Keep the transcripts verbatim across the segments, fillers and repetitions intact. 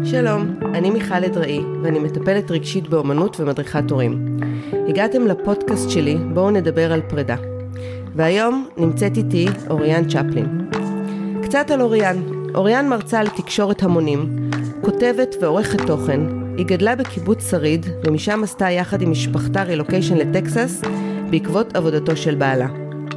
שלום, אני מיכל אדראי, ואני מטפלת רגשית באומנות ומדריכת הורים. הגעתם לפודקאסט שלי, בואו נדבר על פרידה. והיום נמצאת איתי אוריאן צ'פלין. קצת על אוריאן. אוריאן מרצה לתקשורת המונים, כותבת ועורכת תוכן. היא גדלה בקיבוץ שריד, ומשם עשתה יחד עם משפחתה רילוקיישן לטקסס, בעקבות עבודתו של בעלה.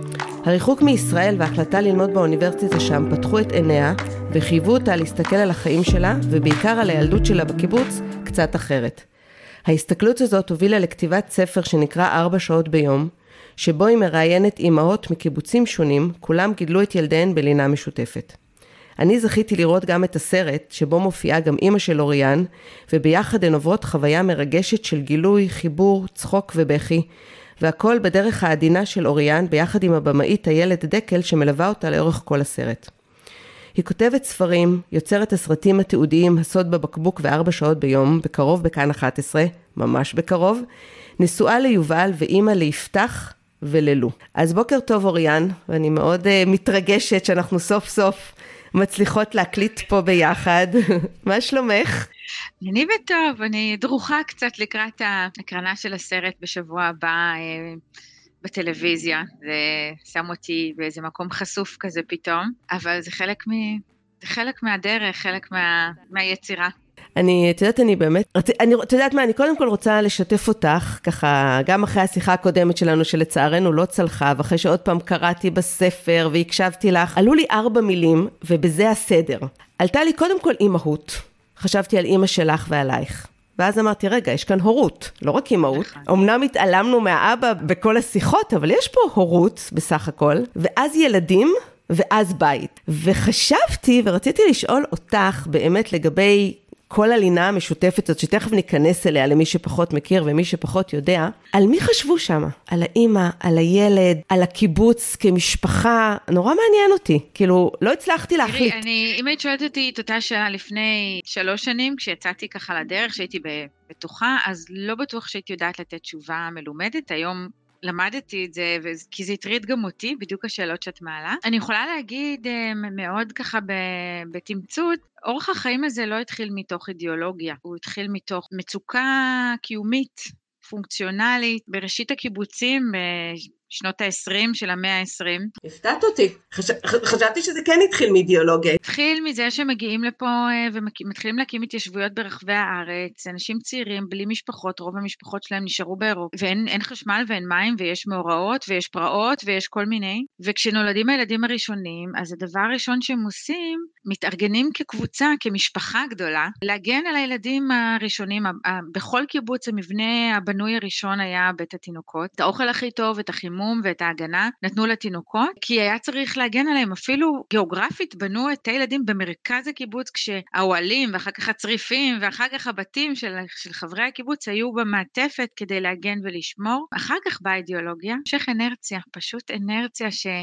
הריחוק מישראל וההחלטה ללמוד באוניברסיטה שם פתחו את עיניה, וחייבו אותה להסתכל על החיים שלה, ובעיקר על הילדות שלה בקיבוץ, קצת אחרת. ההסתכלות הזאת הובילה לכתיבת ספר שנקרא ארבע שעות ביום, שבו היא מראיינת אימהות מקיבוצים שונים, כולם גידלו את ילדיהן בלינה משותפת. אני זכיתי לראות גם את הסרט, שבו מופיעה גם אמא של אוריאן, וביחד הן עוברות חוויה מרגשת של גילוי, חיבור, צחוק ובכי, והכל בדרך העדינה של אוריאן, ביחד עם הבמאית הילד דקל שמלווה אותה לאורך כל הסרט. היא כותבת ספרים, יוצרת הסרטים התיעודיים הסוד בבקבוק וארבע שעות ביום, בקרוב בכאן אחת עשרה, ממש בקרוב, נשואה ליובל ואימא ליפתח וללו. אז בוקר טוב אוריאן, ואני מאוד uh, מתרגשת שאנחנו סוף סוף מצליחות להקליט פה ביחד. מה שלומך? אני בטוב, אני דרוכה קצת לקראת ההקרנה של הסרט בשבוע הבא אה, בטלוויזיה. זה שם אותי באיזה מקום חשוף כזה פתאום, אבל זה חלק, מ... זה חלק מהדרך, חלק מה... מהיצירה. אני, את יודעת, אני באמת, אני, את יודעת מה, אני קודם כל רוצה לשתף אותך, ככה, גם אחרי השיחה הקודמת שלנו, שלצערנו לא צלחה, ואחרי שעוד פעם קראתי בספר והקשבתי לך, עלו לי ארבע מילים, ובזה הסדר. עלתה לי קודם כל אימהות. חשבתי על אימא שלך ועלייך. ואז אמרתי, רגע, יש כאן הורות, לא רק אימהות. אמנם התעלמנו מהאבא בכל השיחות, אבל יש פה הורות בסך הכל, ואז ילדים, ואז בית. וחשבתי ורציתי לשאול אותך באמת לגבי כל הלינה המשותפת הזאת, שתכף ניכנס אליה למי שפחות מכיר ומי שפחות יודע, על מי חשבו שם? על האמא, על הילד, על הקיבוץ כמשפחה, נורא מעניין אותי, כאילו לא הצלחתי להחליט. תראי, אני, אם היית שואלת אותי את אותה שאלה לפני שלוש שנים, כשיצאתי ככה לדרך, שהייתי בטוחה, אז לא בטוח שהייתי יודעת לתת תשובה מלומדת, היום למדתי את זה, כי זה הטריד גם אותי, בדיוק השאלות שאת מעלה. אני יכולה להגיד מאוד ככה בתמצות, אורח החיים הזה לא התחיל מתוך אידיאולוגיה, הוא התחיל מתוך מצוקה קיומית, פונקציונלית, בראשית הקיבוצים, בשנות ה-עשרים של המאה ה-עשרים. הפתעת אותי, חש... חשבתי שזה כן התחיל מאידיאולוגיה. התחיל מזה שמגיעים לפה ומתחילים להקים התיישבויות ברחבי הארץ, אנשים צעירים בלי משפחות, רוב המשפחות שלהם נשארו באירופה, ואין אין חשמל ואין מים, ויש מאורעות, ויש פרעות, ויש כל מיני, וכשנולדים הילדים הראשונים, אז הדבר הראשון שהם עושים, מתארגנים כקבוצה, כמשפחה גדולה, להגן על הילדים הראשונים, בכל קיבוץ המבנה הבנוי הראשון היה בית התינוקות, את האוכל הכי טוב, את החימום ואת ההגנה, נתנו לתינוקות, כי היה צריך להגן עליהם, אפילו גיאוגרפית בנו את הילדים במרכז הקיבוץ, כשהאוהלים ואחר כך הצריפים, ואחר כך הבתים של, של חברי הקיבוץ היו במעטפת כדי להגן ולשמור. אחר כך באה אידיאולוגיה, המשך אנרציה, פשוט אנרציה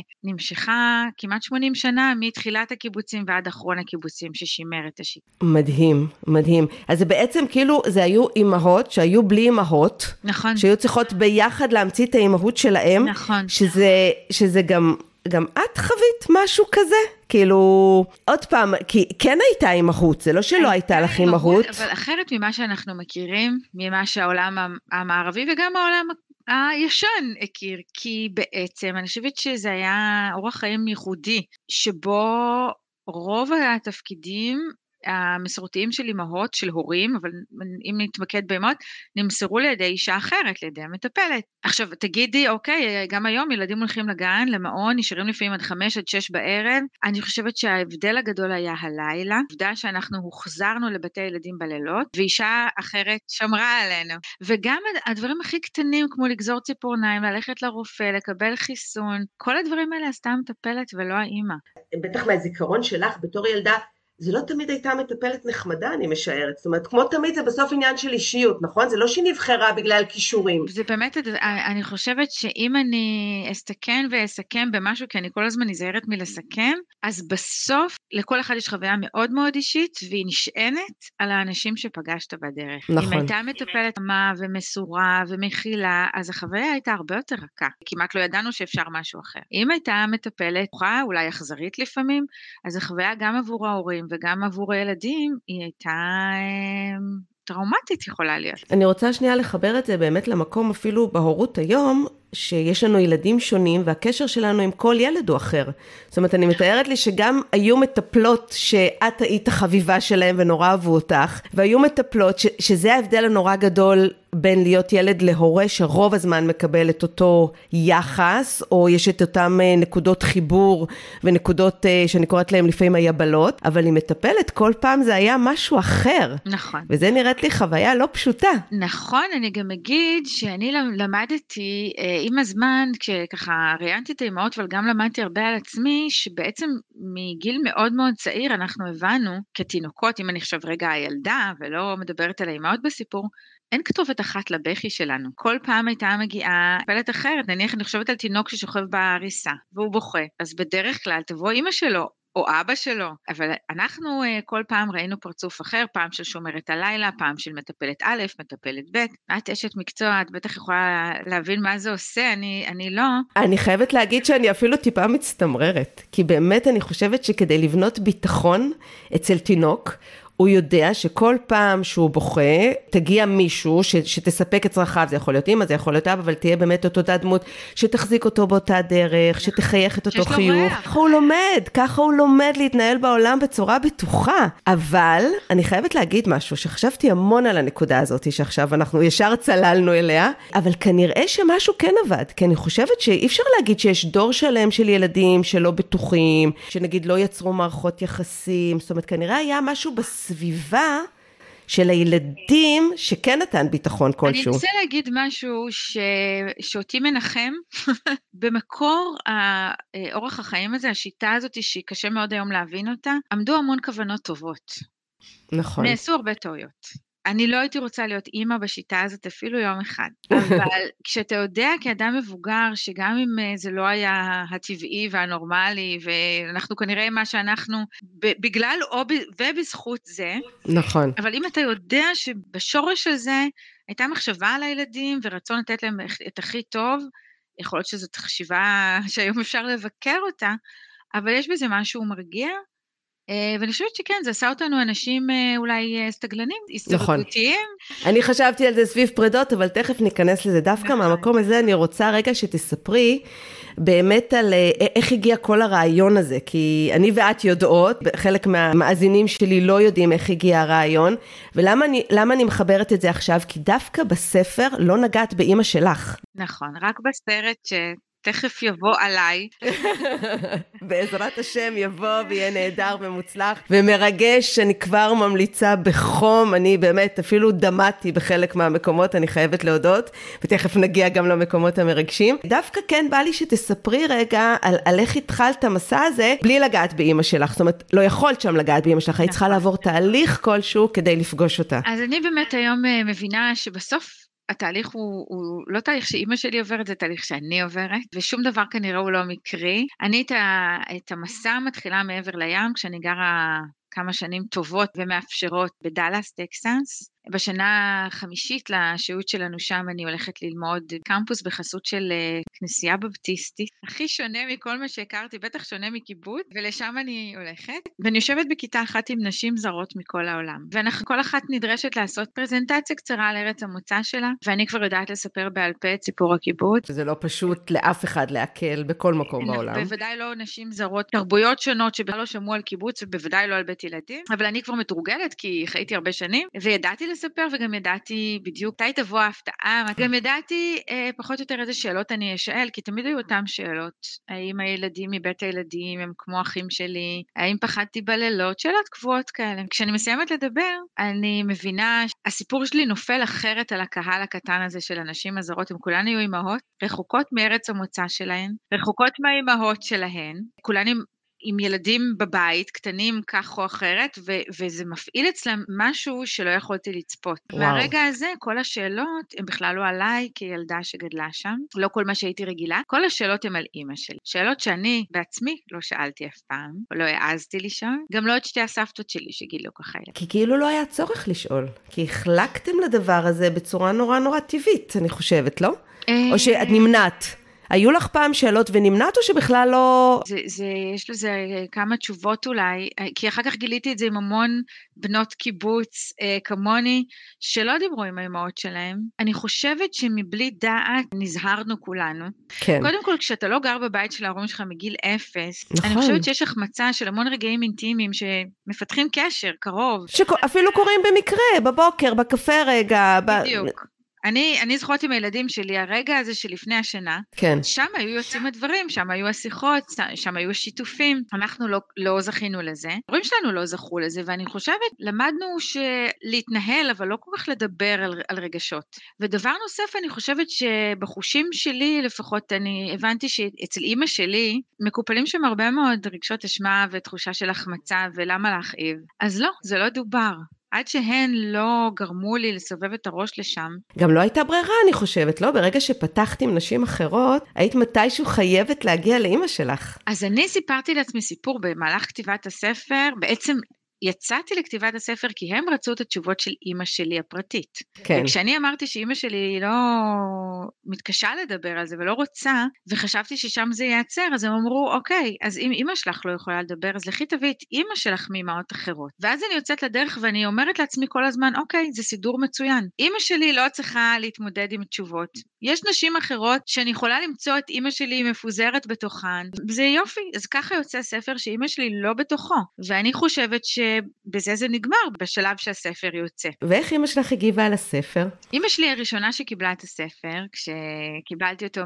שנמשכה כמעט שמונים שנה, מתחילת הקיבוצים ועד אחרון הקיבוצים ששימר את השיטה. מדהים, מדהים. אז זה בעצם כאילו, זה היו אימהות שהיו בלי אימהות, נכון. שהיו צריכות ביחד להמציא את האימהות שלהם, נכון. שזה, שזה גם, גם את חווית משהו כזה? כאילו, עוד פעם, כי כן הייתה אימהות, זה לא שלא הייתה לך אימהות. אבל אחרת ממה שאנחנו מכירים, ממה שהעולם המערבי וגם העולם הישן הכיר, כי בעצם אני חושבת שזה היה אורח חיים ייחודי, שבו רוב התפקידים המסורתיים של אימהות, של הורים, אבל אם נתמקד באימהות, נמסרו לידי אישה אחרת, לידי המטפלת. עכשיו, תגידי, אוקיי, גם היום ילדים הולכים לגן, למעון, נשארים לפעמים עד חמש, עד שש בערב. אני חושבת שההבדל הגדול היה הלילה, עובדה שאנחנו הוחזרנו לבתי ילדים בלילות, ואישה אחרת שמרה עלינו. וגם הדברים הכי קטנים, כמו לגזור ציפורניים, ללכת לרופא, לקבל חיסון, כל הדברים האלה עשתה המטפלת ולא האימא. בטח מהזיכרון שלך בתור ילדה, זה לא תמיד הייתה מטפלת נחמדה, אני משערת. זאת אומרת, כמו תמיד זה בסוף עניין של אישיות, נכון? זה לא שהיא נבחרה בגלל כישורים. זה באמת, אני חושבת שאם אני אסתכן ואסכם במשהו, כי אני כל הזמן נזהרת מלסכם, אז בסוף לכל אחד יש חוויה מאוד מאוד אישית, והיא נשענת על האנשים שפגשת בדרך. נכון. אם הייתה מטפלת מה ומסורה ומכילה, אז החוויה הייתה הרבה יותר רכה. כמעט לא ידענו שאפשר משהו אחר. אם הייתה מטפלת, אולי אכזרית לפעמים, אז החוויה גם עבור ההורים ההורים וגם עבור הילדים, היא הייתה טראומטית יכולה להיות. אני רוצה שנייה לחבר את זה באמת למקום אפילו בהורות היום, שיש לנו ילדים שונים, והקשר שלנו עם כל ילד הוא אחר. זאת אומרת, אני מתארת לי שגם היו מטפלות שאת היית החביבה שלהם ונורא אהבו אותך, והיו מטפלות ש- שזה ההבדל הנורא גדול בין להיות ילד להורה שרוב הזמן מקבל את אותו יחס, או יש את אותם נקודות חיבור ונקודות שאני קוראת להם לפעמים היבלות, אבל היא מטפלת כל פעם זה היה משהו אחר. נכון. וזה נראית לי חוויה לא פשוטה. נכון, אני גם אגיד שאני למדתי עם הזמן, כשככה ראיינתי את האימהות, אבל גם למדתי הרבה על עצמי, שבעצם מגיל מאוד מאוד צעיר אנחנו הבנו, כתינוקות, אם אני חושב רגע הילדה, ולא מדברת על האימהות בסיפור, אין כתובת אחת לבכי שלנו. כל פעם הייתה מגיעה פלט אחרת, נניח אני חושבת על תינוק ששוכב בעריסה, והוא בוכה, אז בדרך כלל תבוא אמא שלו, או אבא שלו, אבל אנחנו כל פעם ראינו פרצוף אחר, פעם של שומרת הלילה, פעם של מטפלת א', מטפלת ב', את אשת מקצוע, את בטח יכולה להבין מה זה עושה, אני, אני לא. אני חייבת להגיד שאני אפילו טיפה מצטמררת, כי באמת אני חושבת שכדי לבנות ביטחון אצל תינוק, הוא יודע שכל פעם שהוא בוכה, תגיע מישהו ש, שתספק את צרכיו, זה יכול להיות אמא, זה יכול להיות אבא, אבל תהיה באמת אותה דמות שתחזיק אותו באותה דרך, שתחייך את אותו חיוך. ככה הוא לומד, ככה הוא לומד להתנהל בעולם בצורה בטוחה. אבל אני חייבת להגיד משהו, שחשבתי המון על הנקודה הזאת, שעכשיו אנחנו ישר צללנו אליה, אבל כנראה שמשהו כן עבד, כי אני חושבת שאי אפשר להגיד שיש דור שלם של ילדים שלא בטוחים, שנגיד לא יצרו מערכות יחסים, זאת אומרת, כנראה היה משהו בסביבה, סביבה של הילדים שכן נתן ביטחון כלשהו. אני רוצה להגיד משהו ש... שאותי מנחם, במקור האורח החיים הזה, השיטה הזאת שהיא קשה מאוד היום להבין אותה, עמדו המון כוונות טובות. נכון. נעשו הרבה טעויות. אני לא הייתי רוצה להיות אימא בשיטה הזאת אפילו יום אחד, אבל כשאתה יודע כאדם מבוגר, שגם אם זה לא היה הטבעי והנורמלי, ואנחנו כנראה מה שאנחנו, בגלל או ובזכות זה, נכון. אבל אם אתה יודע שבשורש של זה, הייתה מחשבה על הילדים, ורצון לתת להם את הכי טוב, יכול להיות שזאת חשיבה שהיום אפשר לבקר אותה, אבל יש בזה משהו מרגיע, ואני חושבת שכן, זה עשה אותנו אנשים אולי סטגלנים, הסתגלותיים. אני חשבתי על זה סביב פרדות, אבל תכף ניכנס לזה. דווקא מהמקום הזה אני רוצה רגע שתספרי באמת על איך הגיע כל הרעיון הזה, כי אני ואת יודעות, חלק מהמאזינים שלי לא יודעים איך הגיע הרעיון, ולמה אני, למה אני מחברת את זה עכשיו? כי דווקא בספר לא נגעת באמא שלך. נכון, רק בסרט ש... תכף יבוא עליי. בעזרת השם יבוא ויהיה נהדר ומוצלח ומרגש, אני כבר ממליצה בחום, אני באמת אפילו דמעתי בחלק מהמקומות, אני חייבת להודות, ותכף נגיע גם למקומות המרגשים. דווקא כן בא לי שתספרי רגע על, על איך התחלת המסע הזה, בלי לגעת באמא שלך, זאת אומרת, לא יכולת שם לגעת באמא שלך, היית צריכה לעבור תהליך כלשהו כדי לפגוש אותה. אז אני באמת היום מבינה שבסוף, התהליך הוא, הוא לא תהליך שאימא שלי עוברת, זה תהליך שאני עוברת, ושום דבר כנראה הוא לא מקרי. אני את, ה, את המסע מתחילה מעבר לים, כשאני גרה כמה שנים טובות ומאפשרות בדלס, טקסס. בשנה החמישית לשהות שלנו שם אני הולכת ללמוד קמפוס בחסות של כנסייה בבטיסטית, הכי שונה מכל מה שהכרתי, בטח שונה מקיבוץ, ולשם אני הולכת, ואני יושבת בכיתה אחת עם נשים זרות מכל העולם, ואנחנו כל אחת נדרשת לעשות פרזנטציה קצרה על ארץ המוצא שלה, ואני כבר יודעת לספר בעל פה את סיפור הקיבוץ. זה לא פשוט לאף אחד להקל בכל מקום בעולם. בוודאי לא נשים זרות, תרבויות שונות שבכלל לא שמעו על קיבוץ, ובוודאי לא על בית ילדים, אבל אני כבר מתורגלת כי חייתי הרבה שנים, וידעתי לספר וגם ידעתי בדיוק, מתי תבוא ההפתעה, גם ידעתי אה, פחות או יותר איזה שאלות אני אשאל, כי תמיד היו אותם שאלות, האם הילדים מבית הילדים הם כמו אחים שלי, האם פחדתי בלילות, שאלות קבועות כאלה. כשאני מסיימת לדבר, אני מבינה, הסיפור שלי נופל אחרת על הקהל הקטן הזה של הנשים הזרות, הם כולן היו אימהות, רחוקות מארץ המוצא שלהן, רחוקות מהאימהות שלהן, כולן עם עם ילדים בבית, קטנים כך או אחרת, ו- וזה מפעיל אצלם משהו שלא יכולתי לצפות. וואו. מהרגע הזה, כל השאלות, הן בכלל לא עליי כילדה שגדלה שם, לא כל מה שהייתי רגילה, כל השאלות הן על אימא שלי. שאלות שאני בעצמי לא שאלתי אף פעם, או לא העזתי לשאול, גם לא את שתי הסבתות שלי שגילו ככה. כי כאילו לא היה צורך לשאול, כי החלקתם לדבר הזה בצורה נורא נורא טבעית, אני חושבת, לא? או שאת נמנעת. היו לך פעם שאלות ונמנעת או שבכלל לא... זה, זה, יש לזה כמה תשובות אולי, כי אחר כך גיליתי את זה עם המון בנות קיבוץ אה, כמוני, שלא דיברו עם האמהות שלהם. אני חושבת שמבלי דעת נזהרנו כולנו. כן. קודם כל, כשאתה לא גר בבית של ההורים שלך מגיל אפס, נכון. אני חושבת שיש החמצה של המון רגעים אינטימיים שמפתחים קשר קרוב. שאפילו קוראים במקרה, בבוקר, בקפה רגע. בדיוק. ב... אני, אני זוכרת עם הילדים שלי, הרגע הזה שלפני השנה, כן. שם היו יוצאים הדברים, שם היו השיחות, שם היו השיתופים, אנחנו לא, לא זכינו לזה, ההורים שלנו לא זכו לזה, ואני חושבת, למדנו שלהתנהל, אבל לא כל כך לדבר על, על רגשות. ודבר נוסף, אני חושבת שבחושים שלי, לפחות אני הבנתי שאצל אימא שלי, מקופלים שם הרבה מאוד רגשות אשמה ותחושה של החמצה, ולמה להכאיב. אז לא, זה לא דובר. עד שהן לא גרמו לי לסובב את הראש לשם. גם לא הייתה ברירה, אני חושבת, לא? ברגע שפתחת עם נשים אחרות, היית מתישהו חייבת להגיע לאמא שלך. אז אני סיפרתי לעצמי סיפור במהלך כתיבת הספר, בעצם יצאתי לכתיבת הספר כי הם רצו את התשובות של אמא שלי הפרטית. כן. וכשאני אמרתי שאמא שלי לא מתקשה לדבר על זה ולא רוצה, וחשבתי ששם זה ייעצר, אז הם אמרו, אוקיי, אז אם אמא שלך לא יכולה לדבר, אז לכי תביא את אמא שלך מאמהות אחרות. ואז אני יוצאת לדרך ואני אומרת לעצמי כל הזמן, אוקיי, זה סידור מצוין. אמא שלי לא צריכה להתמודד עם תשובות. יש נשים אחרות שאני יכולה למצוא את אמא שלי מפוזרת בתוכן. זה יופי, אז ככה יוצא ספר שאמא שלי לא בתוכו. ואני חושבת שבזה זה נגמר, בשלב שהספר יוצא. ואיך אמא שלך הגיבה על הספר? אמא שלי הראשונה שקיבלה את הספר, כשקיבלתי אותו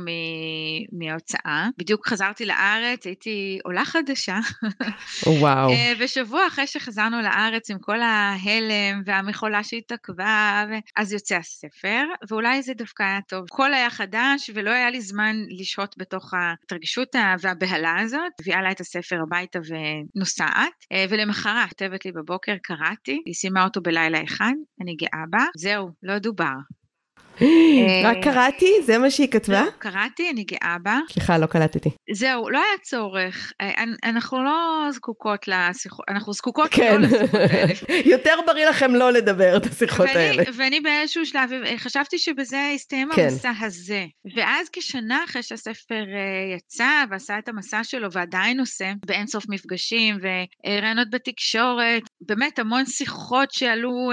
מההוצאה, בדיוק חזרתי לארץ, הייתי עולה חדשה. וואו. ושבוע אחרי שחזרנו לארץ עם כל ההלם והמחולה שהתעכבה, אז יוצא הספר, ואולי זה דווקא היה טוב. הכל היה חדש, ולא היה לי זמן לשהות בתוך ההתרגשות והבהלה הזאת, הביאה לה את הספר הביתה ונוסעת, ולמחרת כתבת לי בבוקר, קראתי, היא שימה אותו בלילה אחד, אני גאה בה, זהו, לא דובר. רק קראתי? זה מה שהיא כתבה? לא, קראתי, אני גאה בה. סליחה, לא קלטתי. זהו, לא היה צורך. אנחנו לא זקוקות לשיחות, אנחנו זקוקות כן. לא לשיחות האלה. יותר בריא לכם לא לדבר את השיחות האלה. ואני באיזשהו שלב, חשבתי שבזה הסתיים כן. המסע הזה. ואז כשנה אחרי שהספר יצא, ועשה את המסע שלו, ועדיין עושה, באין סוף מפגשים, ורעיונות בתקשורת, באמת המון שיחות שעלו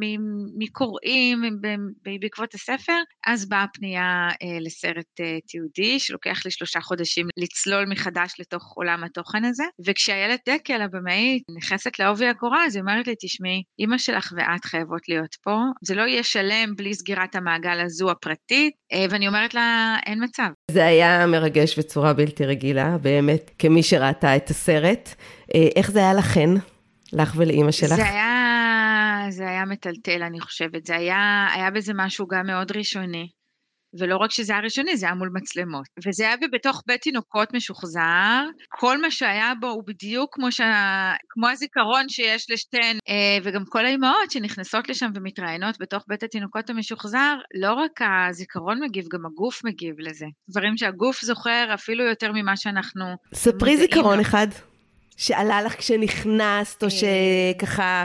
מקוראים, בעקבות הספר, אז באה פנייה אה, לסרט אה, תיעודי, שלוקח לי שלושה חודשים לצלול מחדש לתוך עולם התוכן הזה, וכשהילד דקל, הבמאית, נכנסת לעובי הקורה, אז היא אומרת לי, תשמעי, אמא שלך ואת חייבות להיות פה, זה לא יהיה שלם בלי סגירת המעגל הזו הפרטית, אה, ואני אומרת לה, אין מצב. זה היה מרגש בצורה בלתי רגילה, באמת, כמי שראתה את הסרט. אה, איך זה היה לכן? לך ולאמא שלך? זה היה, זה היה מטלטל, אני חושבת. זה היה, היה בזה משהו גם מאוד ראשוני. ולא רק שזה היה ראשוני, זה היה מול מצלמות. וזה היה בתוך בית תינוקות משוחזר, כל מה שהיה בו הוא בדיוק כמו, שה... כמו הזיכרון שיש לשתיהן, וגם כל האימהות שנכנסות לשם ומתראיינות בתוך בית התינוקות המשוחזר, לא רק הזיכרון מגיב, גם הגוף מגיב לזה. דברים שהגוף זוכר אפילו יותר ממה שאנחנו... ספרי זיכרון אחד. שעלה לך כשנכנסת, או שככה,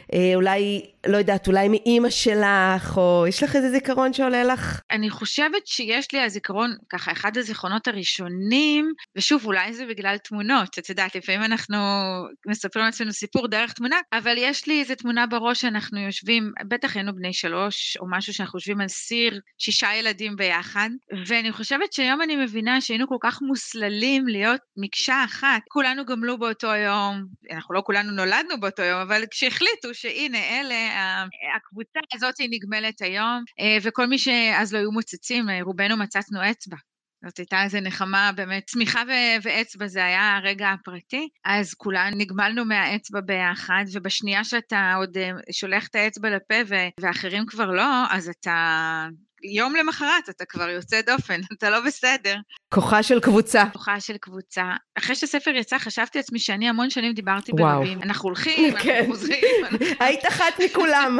אולי, לא יודעת, אולי מאמא שלך, או יש לך איזה זיכרון שעולה לך? אני חושבת שיש לי הזיכרון, ככה, אחד הזיכרונות הראשונים, ושוב, אולי זה בגלל תמונות, את יודעת, לפעמים אנחנו מספרים לעצמנו סיפור דרך תמונה, אבל יש לי איזו תמונה בראש שאנחנו יושבים, בטח היינו בני שלוש, או משהו שאנחנו יושבים על סיר, שישה ילדים ביחד, ואני חושבת שהיום אני מבינה שהיינו כל כך מוסללים להיות מקשה אחת, כולנו גמלו באותו יום, אנחנו לא כולנו נולדנו באותו יום, אבל כשהחליטו שהנה אלה, הקבוצה הזאת היא נגמלת היום, וכל מי שאז לא היו מוצצים, רובנו מצצנו אצבע. זאת הייתה איזו נחמה, באמת, צמיחה ו- ואצבע זה היה הרגע הפרטי, אז כולנו נגמלנו מהאצבע ביחד, ובשנייה שאתה עוד שולח את האצבע לפה ו- ואחרים כבר לא, אז אתה... יום למחרת אתה כבר יוצא דופן, אתה לא בסדר. כוחה של קבוצה. כוחה של קבוצה. אחרי שהספר יצא, חשבתי לעצמי שאני המון שנים דיברתי ברבים. אנחנו הולכים, אנחנו חוזרים. היית אחת מכולם.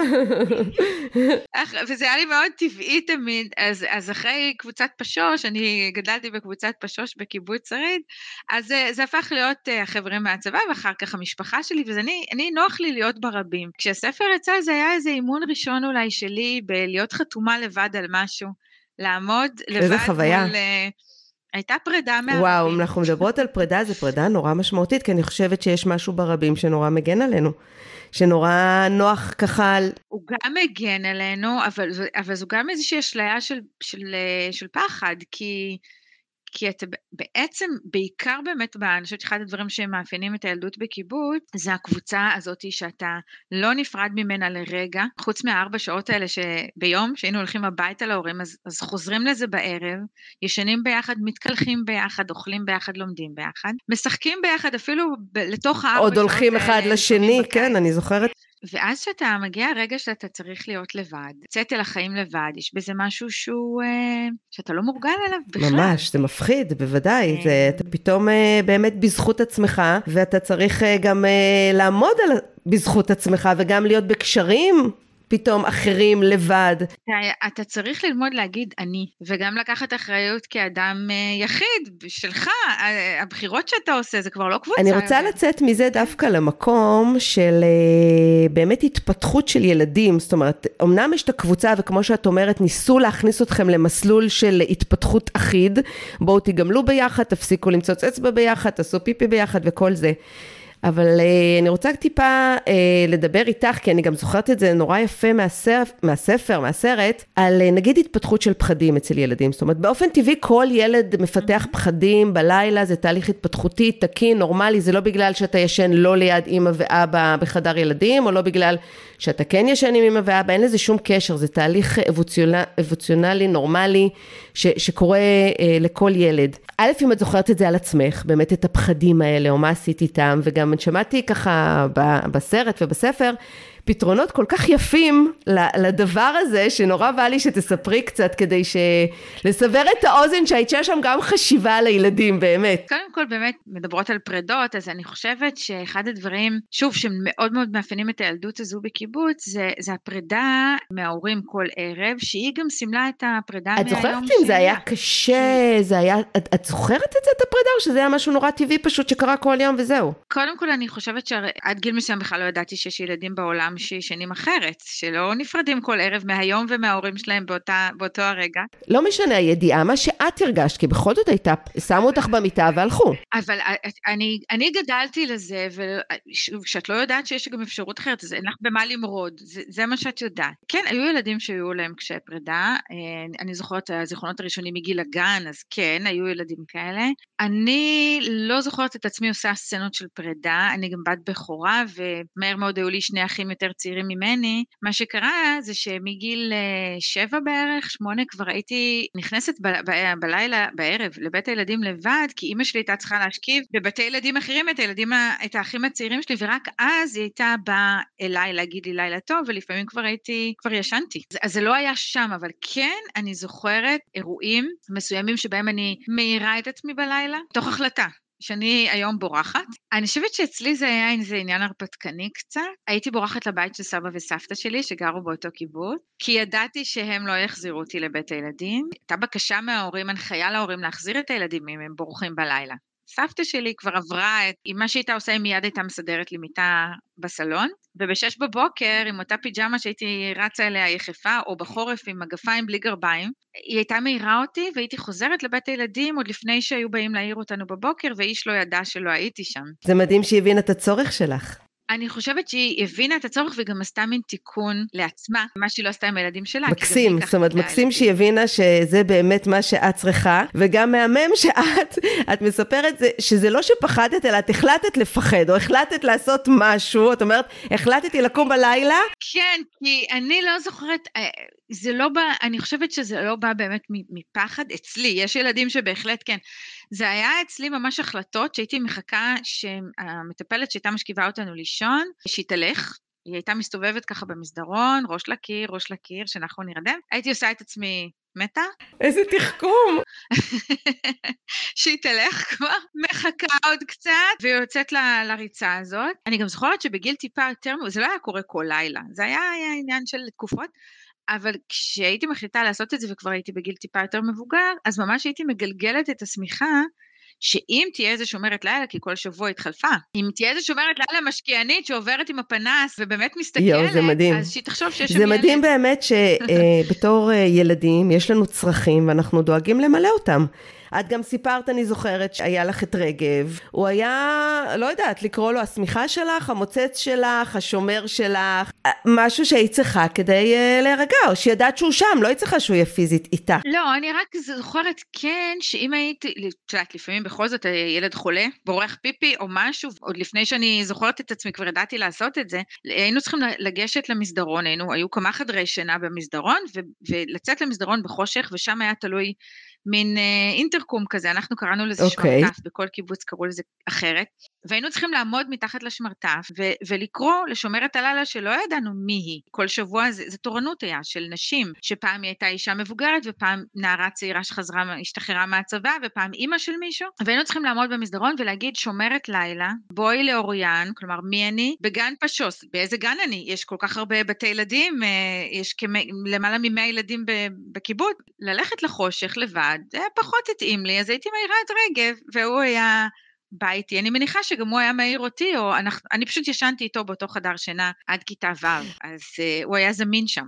וזה היה לי מאוד טבעי תמיד. אז, אז אחרי קבוצת פשוש, אני גדלתי בקבוצת פשוש בקיבוץ שריד, אז זה הפך להיות החברים מהצבא, ואחר כך המשפחה שלי, וזה אני, אני נוח לי להיות ברבים. כשהספר יצא, זה היה איזה אימון ראשון אולי שלי, בלהיות חתומה לבד על משהו, לעמוד לבד מול, הייתה פרידה מהרבים. וואו, אם אנחנו מדברות על פרידה, זו פרידה נורא משמעותית, כי אני חושבת שיש משהו ברבים שנורא מגן עלינו. שנורא נוח ככה. הוא גם מגן עלינו, אבל, אבל זו גם איזושהי אשליה של, של, של פחד, כי, כי אתה בעצם, בעיקר באמת, אני חושבת שאחד הדברים שמאפיינים את הילדות בקיבוץ, זה הקבוצה הזאת שאתה לא נפרד ממנה לרגע, חוץ מהארבע שעות האלה שביום, שהיינו הולכים הביתה להורים, אז, אז חוזרים לזה בערב, ישנים ביחד, מתקלחים ביחד, אוכלים ביחד, לומדים ביחד, משחקים ביחד אפילו ב- לתוך הארבע שעות האלה. עוד הולכים אחד לשני, כן, אני זוכרת. ואז שאתה מגיע הרגע שאתה צריך להיות לבד, צאת אל החיים לבד, יש בזה משהו שהוא, שאתה לא מורגל עליו בכלל. ממש, זה מפחיד, בוודאי, זה, אתה פתאום באמת בזכות עצמך, ואתה צריך גם לעמוד על, בזכות עצמך, וגם להיות בקשרים פתאום אחרים לבד. אתה, אתה צריך ללמוד להגיד אני, וגם לקחת אחריות כאדם יחיד, שלך, הבחירות שאתה עושה, זה כבר לא קבוצה. אני רוצה לצאת מזה דווקא למקום של באמת התפתחות של ילדים, זאת אומרת, אמנם יש את הקבוצה, וכמו שאת אומרת, ניסו להכניס אתכם למסלול של התפתחות אחיד, בואו תיגמלו ביחד, תפסיקו למצוץ אצבע ביחד, תעשו פיפי ביחד וכל זה. אבל uh, אני רוצה טיפה uh, לדבר איתך, כי אני גם זוכרת את זה נורא יפה מהספר, מהספר, מהסרט, על uh, נגיד התפתחות של פחדים אצל ילדים. זאת אומרת, באופן טבעי כל ילד מפתח פחדים בלילה, זה תהליך התפתחותי, תקין, נורמלי, זה לא בגלל שאתה ישן לא ליד אמא ואבא בחדר ילדים, או לא בגלל שאתה כן ישן עם אמא ואבא, אין לזה שום קשר, זה תהליך אבוציונלי, אבוציונלי נורמלי, ש, שקורה uh, לכל ילד. א', אם את זוכרת את זה על עצמך, באמת את הפחדים האלה, או מה עשית איתם, וגם שמעתי ככה בסרט ובספר, פתרונות כל כך יפים לדבר הזה, שנורא בא לי שתספרי קצת, כדי לסבר את האוזן, שהייתה שם גם חשיבה על הילדים, באמת. קודם כל, באמת, מדברות על פרדות, אז אני חושבת שאחד הדברים, שוב, שמאוד מאוד מאפיינים את הילדות הזו בקיבוץ, זה, זה הפרידה מההורים כל ערב, שהיא גם סימלה את הפרידה מהיום. את זוכרת אם זה היה קשה, זה היה, את, את זוכרת את זה, את הפרידה, או שזה היה משהו נורא טבעי פשוט שקרה כל יום וזהו? קודם כל, אני חושבת שעד גיל מסוים בכלל לא ידעתי שיש ילדים בעולם שישנים אחרת, שלא נפרדים כל ערב מהיום ומההורים שלהם באותה, באותו הרגע. לא משנה הידיעה, מה שאת הרגשת, כי בכל זאת הייתה, שמו אותך במיטה והלכו. אבל אני, אני גדלתי לזה, ושאת לא יודעת שיש גם אפשרות אחרת, אז אין לך במה למרוד, זה, זה מה שאת יודעת. כן, היו ילדים שהיו להם קשיי פרידה, אני זוכרת הזיכרונות הראשונים מגיל הגן, אז כן, היו ילדים כאלה. אני לא זוכרת את עצמי עושה סצנות של פרידה, אני גם בת בכורה, ומהר מאוד היו לי שני אחים יותר צעירים ממני. מה שקרה זה שמגיל שבע בערך, שמונה, כבר הייתי נכנסת ב- ב- בלילה, בערב, לבית הילדים לבד, כי אמא שלי הייתה צריכה להשכיב בבתי ילדים אחרים את הילדים, את האחים הצעירים שלי, ורק אז היא הייתה באה אליי להגיד לי לילה טוב, ולפעמים כבר הייתי, כבר ישנתי. אז זה לא היה שם, אבל כן, אני זוכרת אירועים מסוימים שבהם אני מאירה את עצמי בלילה, תוך החלטה. שאני היום בורחת. אני חושבת שאצלי זה היה איזה עניין הרפתקני קצת. הייתי בורחת לבית של סבא וסבתא שלי, שגרו באותו קיבוץ, כי ידעתי שהם לא יחזירו אותי לבית הילדים. הייתה בקשה מההורים, הנחיה להורים להחזיר את הילדים אם הם בורחים בלילה. סבתא שלי כבר עברה את, עם מה שהייתה עושה, היא מיד הייתה מסדרת לי מיטה בסלון, ובשש בבוקר, עם אותה פיג'מה שהייתי רצה אליה יחפה, או בחורף עם מגפיים בלי גרביים, היא הייתה מהירה אותי, והייתי חוזרת לבית הילדים, עוד לפני שהיו באים להעיר אותנו בבוקר, ואיש לא ידע שלא הייתי שם. זה מדהים שהיא הבינה את הצורך שלך. אני חושבת שהיא הבינה את הצורך וגם עשתה מין תיקון לעצמה, מה שהיא לא עשתה עם הילדים שלה. מקסים, זאת אומרת, מקסים שהיא הבינה שזה באמת מה שאת צריכה, וגם מהמם שאת, את מספרת שזה לא שפחדת, אלא את החלטת לפחד, או החלטת לעשות משהו, את אומרת, החלטתי לקום בלילה. כן, כי אני לא זוכרת, זה לא בא, אני חושבת שזה לא בא באמת מפחד אצלי, יש ילדים שבהחלט כן, זה היה אצלי ממש החלטות שהייתי מחכה שהמטפלת שהייתה משכיבה אותנו לישון, שהיא תלך, היא הייתה מסתובבת ככה במסדרון, ראש לקיר, ראש לקיר, שאנחנו נרדם, הייתי עושה את עצמי מתה. איזה תחכום. שהיא תלך כבר, מחכה עוד קצת, ויוצאת ל- לריצה הזאת. אני גם זוכרת שבגיל טיפה יותר, זה לא היה קורה כל לילה, זה היה, היה עניין של תקופות, אבל כשהייתי מחליטה לעשות את זה, וכבר הייתי בגיל טיפה יותר מבוגר, אז ממש הייתי מגלגלת את השמיכה, שאם תהיה איזה שומרת לילה, כי כל שבוע התחלפה, אם תהיה איזה שומרת לילה משקיענית שעוברת עם הפנס ובאמת מסתכלת, יו, זה מדהים. אז שהיא תחשוב שיש שם זה ילד. מדהים באמת שבתור ילדים יש לנו צרכים ואנחנו דואגים למלא אותם. את גם סיפרת, אני זוכרת, שהיה לך את רגב, הוא היה, לא יודעת, לקרוא לו הסמיכה שלך, המוצץ שלך, השומר שלך, משהו שהיא צריכה כדי uh, להירגע, או שידעת שהוא שם, לא היא צריכה שהוא יהיה פיזית איתה. לא, אני רק זוכרת כן, שאם הייתי, תשעת, לפעמים בכל זאת ילד חולה, בורח פיפי או משהו, עוד לפני שאני זוכרת את עצמי, כבר ידעתי לעשות את זה, היינו צריכים לגשת למסדרון, היינו, היו כמה חדרי שינה במסדרון, ו- ולצאת למסדרון בחושך, ושם היה תלוי מין אה, אינטרקום כזה, אנחנו קראנו לזה okay. שמרטף, בכל קיבוץ קראו לזה אחרת, והיינו צריכים לעמוד מתחת לשמרטף, ו- ולקרוא לשומרת הלילה שלא ידענו מי היא. כל שבוע זה, זה תורנות היה של נשים, שפעם היא הייתה אישה מבוגרת, ופעם נערה צעירה שחזרה, השתחררה מהצבא, ופעם אימא של מישהו, והיינו צריכים לעמוד במסדרון ולהגיד שומרת לילה, בואי לאוריין, כלומר מי אני? בגן פשוס, באיזה גן אני? יש כל כך הרבה בתי ילדים, יש כמה, למעלה ממאה ילדים בקיבוץ, ללכת לחושך לבד, זה פחות התאים לי, אז הייתי מהירה את רגב, והוא היה בא איתי, אני מניחה שגם הוא היה מהיר אותי, או אנחנו, אני פשוט ישנתי איתו באותו חדר שינה עד כיתה ו', אז uh, הוא היה זמין שם.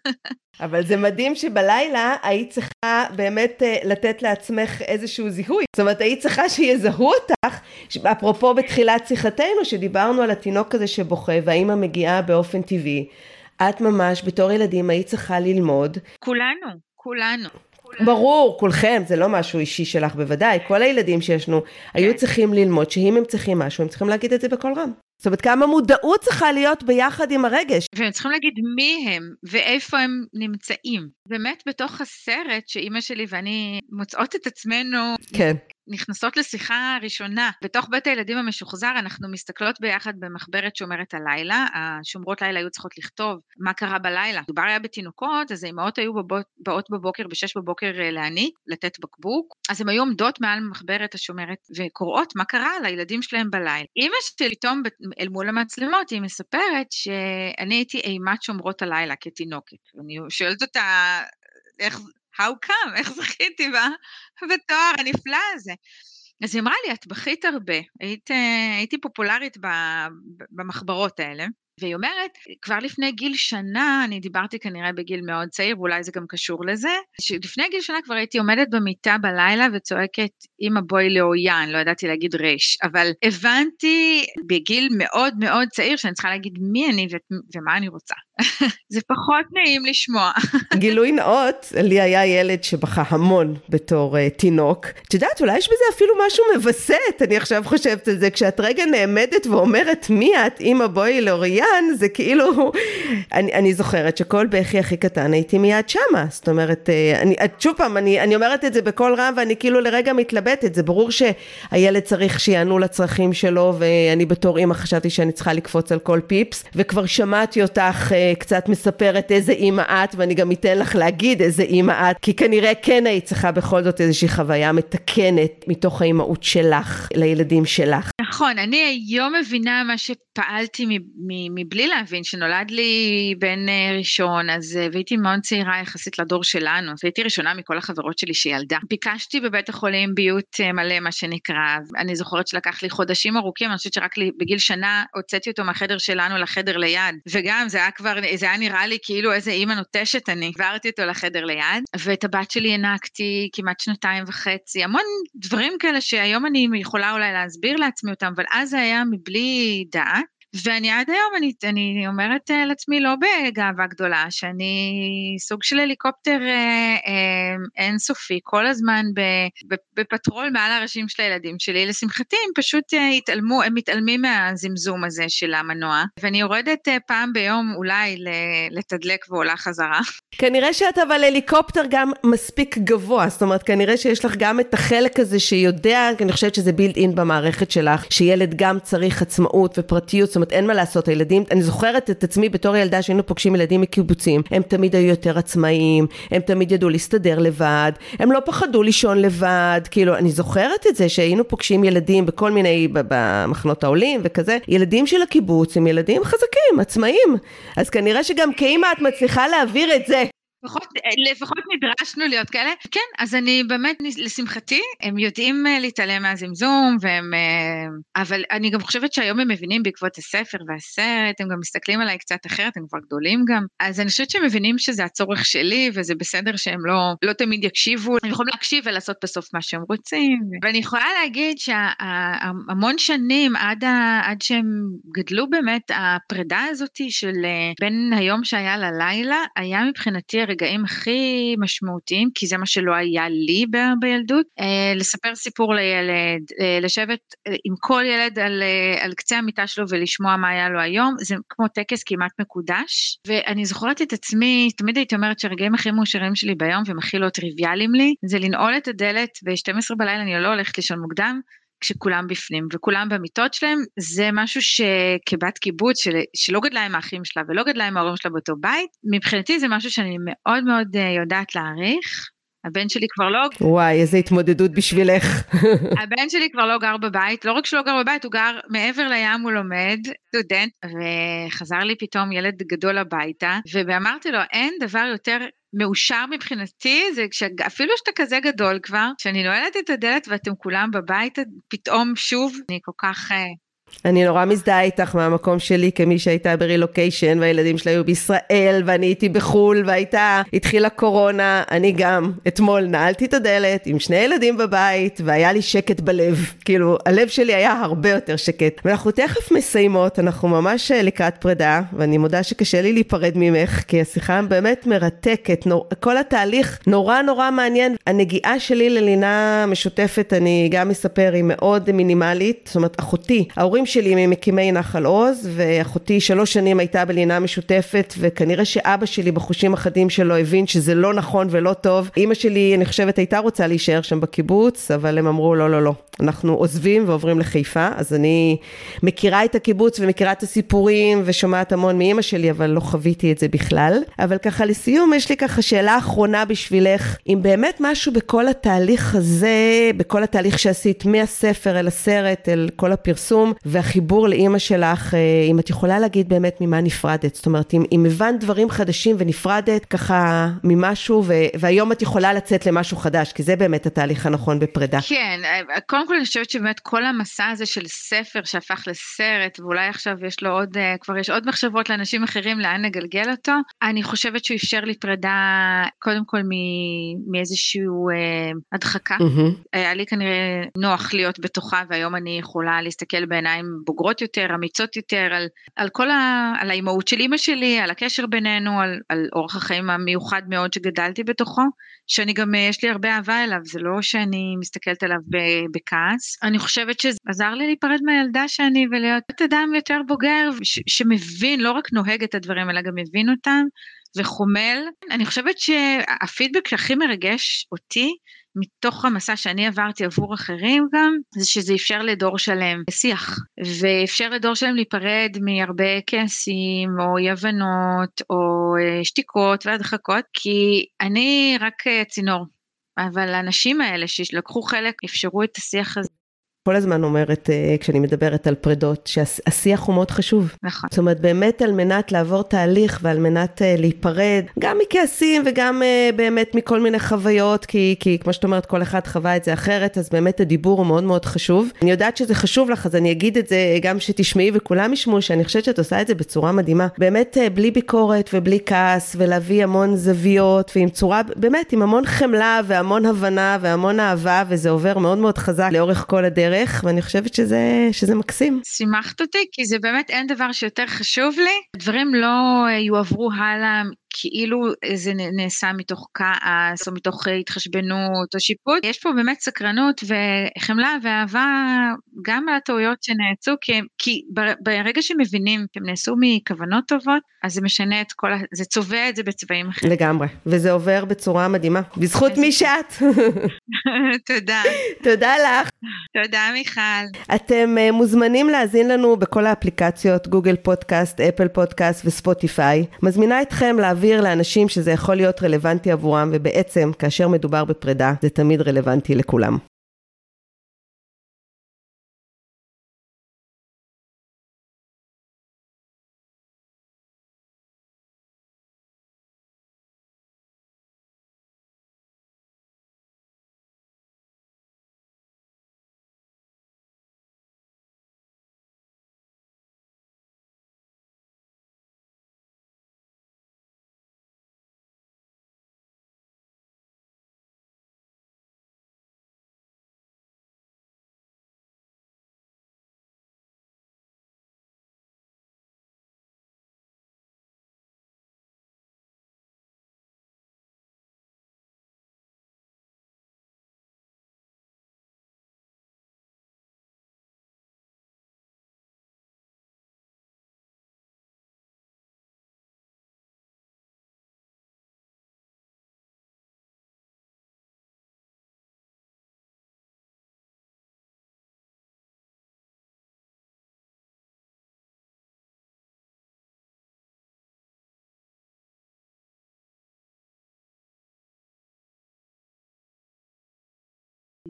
אבל זה מדהים שבלילה היית צריכה באמת uh, לתת לעצמך איזשהו זיהוי, זאת אומרת היית צריכה שיזהו אותך, אפרופו בתחילת שיחתנו שדיברנו על התינוק הזה שבוכה, והאמא מגיעה באופן טבעי, את ממש בתור ילדים היית צריכה ללמוד. כולנו, כולנו. ברור, כולכם, זה לא משהו אישי שלך בוודאי, כל הילדים שישנו היו צריכים ללמוד שאם הם צריכים משהו, הם צריכים להגיד את זה בכל רם. זאת אומרת, כמה מודעות צריכה להיות ביחד עם הרגש. והם צריכים להגיד מי הם ואיפה הם נמצאים. באמת בתוך הסרט שאימא שלי ואני מוצאות את עצמנו, כן. נכנסות לשיחה ראשונה. בתוך בית הילדים המשוחזר אנחנו מסתכלות ביחד במחברת שומרת הלילה, השומרות לילה היו צריכות לכתוב מה קרה בלילה. דובר היה בתינוקות, אז האמהות היו בבות, באות בבוקר, בשש בבוקר להניק, לתת בקבוק, אז הן היו עומדות מעל מחברת השומרת וקוראות מה קרה לילדים שלהם בלילה. אמא שלי פתאום אל מול המצלמות היא מספרת שאני הייתי אימת שומרות הלילה כתינוקת. אני שואלת אותה איך how come, איך זכיתי בה בתואר הנפלא הזה. אז היא אמרה לי, את בכית הרבה, היית, הייתי פופולרית במחברות האלה, והיא אומרת, כבר לפני גיל שנה, אני דיברתי כנראה בגיל מאוד צעיר, ואולי זה גם קשור לזה, שלפני גיל שנה כבר הייתי עומדת במיטה בלילה, וצועקת, אמא בואי לאויין, לא ידעתי להגיד רש, אבל הבנתי בגיל מאוד מאוד צעיר, שאני צריכה להגיד מי אני ו- ומה אני רוצה. זה פחות נעים לשמוע. גילוי נאות, לי היה ילד שבכה המון בתור uh, תינוק. את יודעת, אולי יש בזה אפילו משהו מבסט, אני עכשיו חושבת על זה, כשאת רגע נעמדת ואומרת מי את, אמא בואי לאוריין, זה כאילו, אני, אני זוכרת שכל בכי הכי קטן הייתי מיד שמה, זאת אומרת, אני, שוב פעם, אני, אני אומרת את זה בכל רם, ואני כאילו לרגע מתלבטת, זה ברור שהילד צריך שיענו לצרכים שלו, ואני בתור אמא חשבתי שאני צריכה לקפוץ על כל פיפס, וכבר שמעתי אותך קצת מספרת איזה אמא את, ואני גם אתן לך להגיד איזה אמא את, כי כנראה כן היית צריכה בכל זאת איזושהי חוויה מתקנת מתוך האמאות שלך לילדים שלך. נכון, אני היום מבינה מה שפעלתי מבלי להבין, שנולד לי בן ראשון, אז והייתי מאוד צעירה יחסית לדור שלנו, והייתי ראשונה מכל החברות שלי שילדה. ביקשתי בבית החולים ביות מלא מה שנקרא, אני זוכרת שלקח לי חודשים ארוכים, אני חושבת שרק לי, בגיל שנה הוצאתי אותו מהחדר שלנו לחדר ליד, וגם זה היה כבר, זה היה נראה לי כאילו איזה אימא נוטשת אני, עברתי אותו לחדר ליד, ואת הבת שלי הענקתי כמעט שנתיים וחצי, המון דברים כאלה שהיום אני יכולה אולי להסביר לעצמי אותם, אבל אז זה היה מבלי דעת, ואני עד היום, אני, אני אומרת לעצמי לא בגאווה גדולה, שאני סוג של הליקופטר אה, אה, אינסופי, כל הזמן בפטרול מעל הראשים של הילדים שלי, לשמחתי הם פשוט אה, התעלמו, הם מתעלמים מהזמזום הזה של המנוע, ואני יורדת אה, פעם ביום אולי לתדלק ועולה חזרה. כנראה שאת אבל הליקופטר גם מספיק גבוה, זאת אומרת כנראה שיש לך גם את החלק הזה שיודע, אני חושבת שזה בילד אין במערכת שלך, שילד גם צריך עצמאות ופרטיות, זאת אומרת אין מה לעשות, הילדים, אני זוכרת את עצמי בתור ילדה שהיינו פוגשים ילדים מקיבוצים, הם תמיד היו יותר עצמאיים, הם תמיד ידעו להסתדר לבד, הם לא פחדו לישון לבד, כאילו אני זוכרת את זה שהיינו פוגשים ילדים בכל מיני, במחנות העולים וכזה, ילדים של הקיבוץ הם ילדים חזקים, עצמאיים, אז כנראה שגם כאמא את מצליחה להעביר את זה. לפחות, לפחות נדרשנו להיות כאלה. כן, אז אני באמת, לשמחתי, הם יודעים להתעלם מהזמזום, והם, אבל אני גם חושבת שהיום הם מבינים בעקבות הספר והסרט, הם גם מסתכלים עליי קצת אחרת, הם כבר גדולים גם. אז אני חושבת שהם מבינים שזה הצורך שלי, וזה בסדר שהם לא, לא תמיד יקשיבו, הם יכולים להקשיב ולעשות בסוף מה שהם רוצים. ואני יכולה להגיד שהמון שנים, עד, עד שהם גדלו באמת, הפרידה הזאת של בין היום שהיה ללילה, היה מבחינתי הרגעים הכי משמעותיים, כי זה מה שלא היה לי ב- בילדות. לספר סיפור לילד, לשבת עם כל ילד על, על קצה המיטה שלו ולשמוע מה היה לו היום, זה כמו טקס כמעט מקודש. ואני זוכרת את עצמי, תמיד הייתי אומרת שהרגעים הכי מאושרים שלי ביום, והם הכי לא טריוויאליים לי, זה לנעול את הדלת, ב-שתים עשרה בלילה אני לא הולכת לישון מוקדם, כשכולם בפנים, וכולם במיטות שלהם, זה משהו שכבת קיבוץ, של, שלא גדלה עם האחים שלה, ולא גדלה עם ההורים שלה באותו בית, מבחינתי זה משהו שאני מאוד מאוד יודעת להעריך. הבן שלי כבר לא... וואי, איזה התמודדות בשבילך. הבן שלי כבר לא גר בבית, לא רק שלא גר בבית, הוא גר מעבר לים, הוא לומד, סטודנט, וחזר לי פתאום ילד גדול הביתה, ואמרתי לו, אין דבר יותר מאושר מבחינתי, זה אפילו שאתה כזה גדול כבר, שאני נועלת את הדלת ואתם כולם בבית, פתאום שוב, אני כל כך... אני נורא מזדהה איתך מהמקום שלי כמי שהייתה ברילוקיישן, והילדים שלה היו בישראל, ואני הייתי בחול, והייתה, התחילה קורונה, אני גם אתמול נעלתי את הדלת עם שני ילדים בבית, והיה לי שקט בלב, כאילו הלב שלי היה הרבה יותר שקט, ואנחנו תכף מסיימות, אנחנו ממש לקראת פרידה, ואני מודה שקשה לי להיפרד ממך, כי השיחה באמת מרתקת, נור... כל התהליך נורא נורא מעניין, הנגיעה שלי ללינה משותפת, אני גם מספר, היא מאוד מינימלית, זאת אומרת, אחותי, ההורים שלי ממקימי נחל עוז, ואחותי שלוש שנים הייתה בלינה משותפת, וכנראה שאבא שלי בחושים אחדים שלו הבין שזה לא נכון ולא טוב. אמא שלי, אני חושבת, הייתה רוצה להישאר שם בקיבוץ, אבל הם אמרו לא, לא, לא. אנחנו עוזבים ועוברים לחיפה, אז אני מכירה את הקיבוץ ומכירה את הסיפורים, ושומעת המון מאמא שלי, אבל לא חוויתי את זה בכלל. אבל ככה לסיום, יש לי ככה שאלה אחרונה בשבילך, אם באמת משהו בכל התהליך הזה, בכל התהליך שעשית מהספר אל הסרט, אל כל הפרסום, והחיבור לאמא שלך, אם את יכולה להגיד באמת ממה נפרדת, זאת אומרת, אם, אם הבנת דברים חדשים ונפרדת ככה ממשהו, ו, והיום את יכולה לצאת למשהו חדש, כי זה באמת התהליך הנכון בפרידה. כן, קודם כל אני חושבת שבאמת כל המסע הזה של ספר שהפך לסרט, ואולי עכשיו יש לו עוד, כבר יש עוד מחשבות לאנשים אחרים לאן נגלגל אותו, אני חושבת שהוא אפשר לי פרידה, קודם כל מאיזשהו אה, הדחקה, mm-hmm. היה לי כנראה נוח להיות בתוכה, והיום אני יכולה להסתכל בעיניים בוגרות יותר, אמיצות יותר, על, על כל ה, על האימהות של אמא שלי, על הקשר בינינו, על, על אורח החיים המיוחד מאוד שגדלתי בתוכו, שאני גם, יש לי הרבה אהבה אליו, זה לא שאני מסתכלת עליו בכעס. אני חושבת שזה עזר לי להיפרד מהילדה שאני, ולהיות אדם יותר בוגר, ש, שמבין, לא רק נוהג את הדברים, אלא גם מבין אותם, וחומל. אני חושבת שהפידבק שהכי מרגש אותי, מתוך המסע שאני עברתי עבור אחרים גם, זה שזה אפשר לדור שלם שיח, ואפשר לדור שלם להיפרד מהרבה כעסים, או יבנות, או שתיקות והדחקות, כי אני רק צינור, אבל האנשים האלה שלקחו חלק, אפשרו את השיח הזה. כל הזמן אומרת, כשאני מדברת על פרידות, שהשיח הוא מאוד חשוב. נכון. זאת אומרת, באמת על מנת לעבור תהליך, ועל מנת להיפרד, גם מכעסים, וגם באמת מכל מיני חוויות, כי, כי כמו שאת אומרת, כל אחד חווה את זה אחרת, אז באמת הדיבור הוא מאוד מאוד חשוב. אני יודעת שזה חשוב לך, אז אני אגיד את זה גם שתשמעי, וכולם ישמעו, שאני חושבת שאת עושה את זה בצורה מדהימה. באמת, בלי ביקורת ובלי כעס, ולהביא המון זוויות, ועם צורה, באמת, עם המון חמלה, והמון הבנה, והמון אהבה, וזה עובר מאוד מאוד חזק לאורך כל הדרך. ואני חושבת שזה, שזה מקסים. שימחת אותי, כי זה באמת אין דבר שיותר חשוב לי. דברים לא יועברו הלאה, כאילו זה נעשה מתוך כעס, או מתוך התחשבנות, או שיפוט. יש פה באמת סקרנות וחמלה ואהבה, גם על הטעויות שנעצו, כי, כי ברגע שמבינים שהם נעשו מכוונות טובות, אז זה משנה את כל, זה צובע את זה בצבעים אחרים. לגמרי, וזה עובר בצורה מדהימה. בזכות מי שאת. תודה. תודה לך. תודה מיכל. אתם מוזמנים להזין לנו בכל האפליקציות, גוגל פודקאסט, אפל פודקאסט וספוטיפיי. מזמינה אתכם להעביר לאנשים שזה יכול להיות רלוונטי עבורם, ובעצם כאשר מדובר בפרידה, זה תמיד רלוונטי לכולם.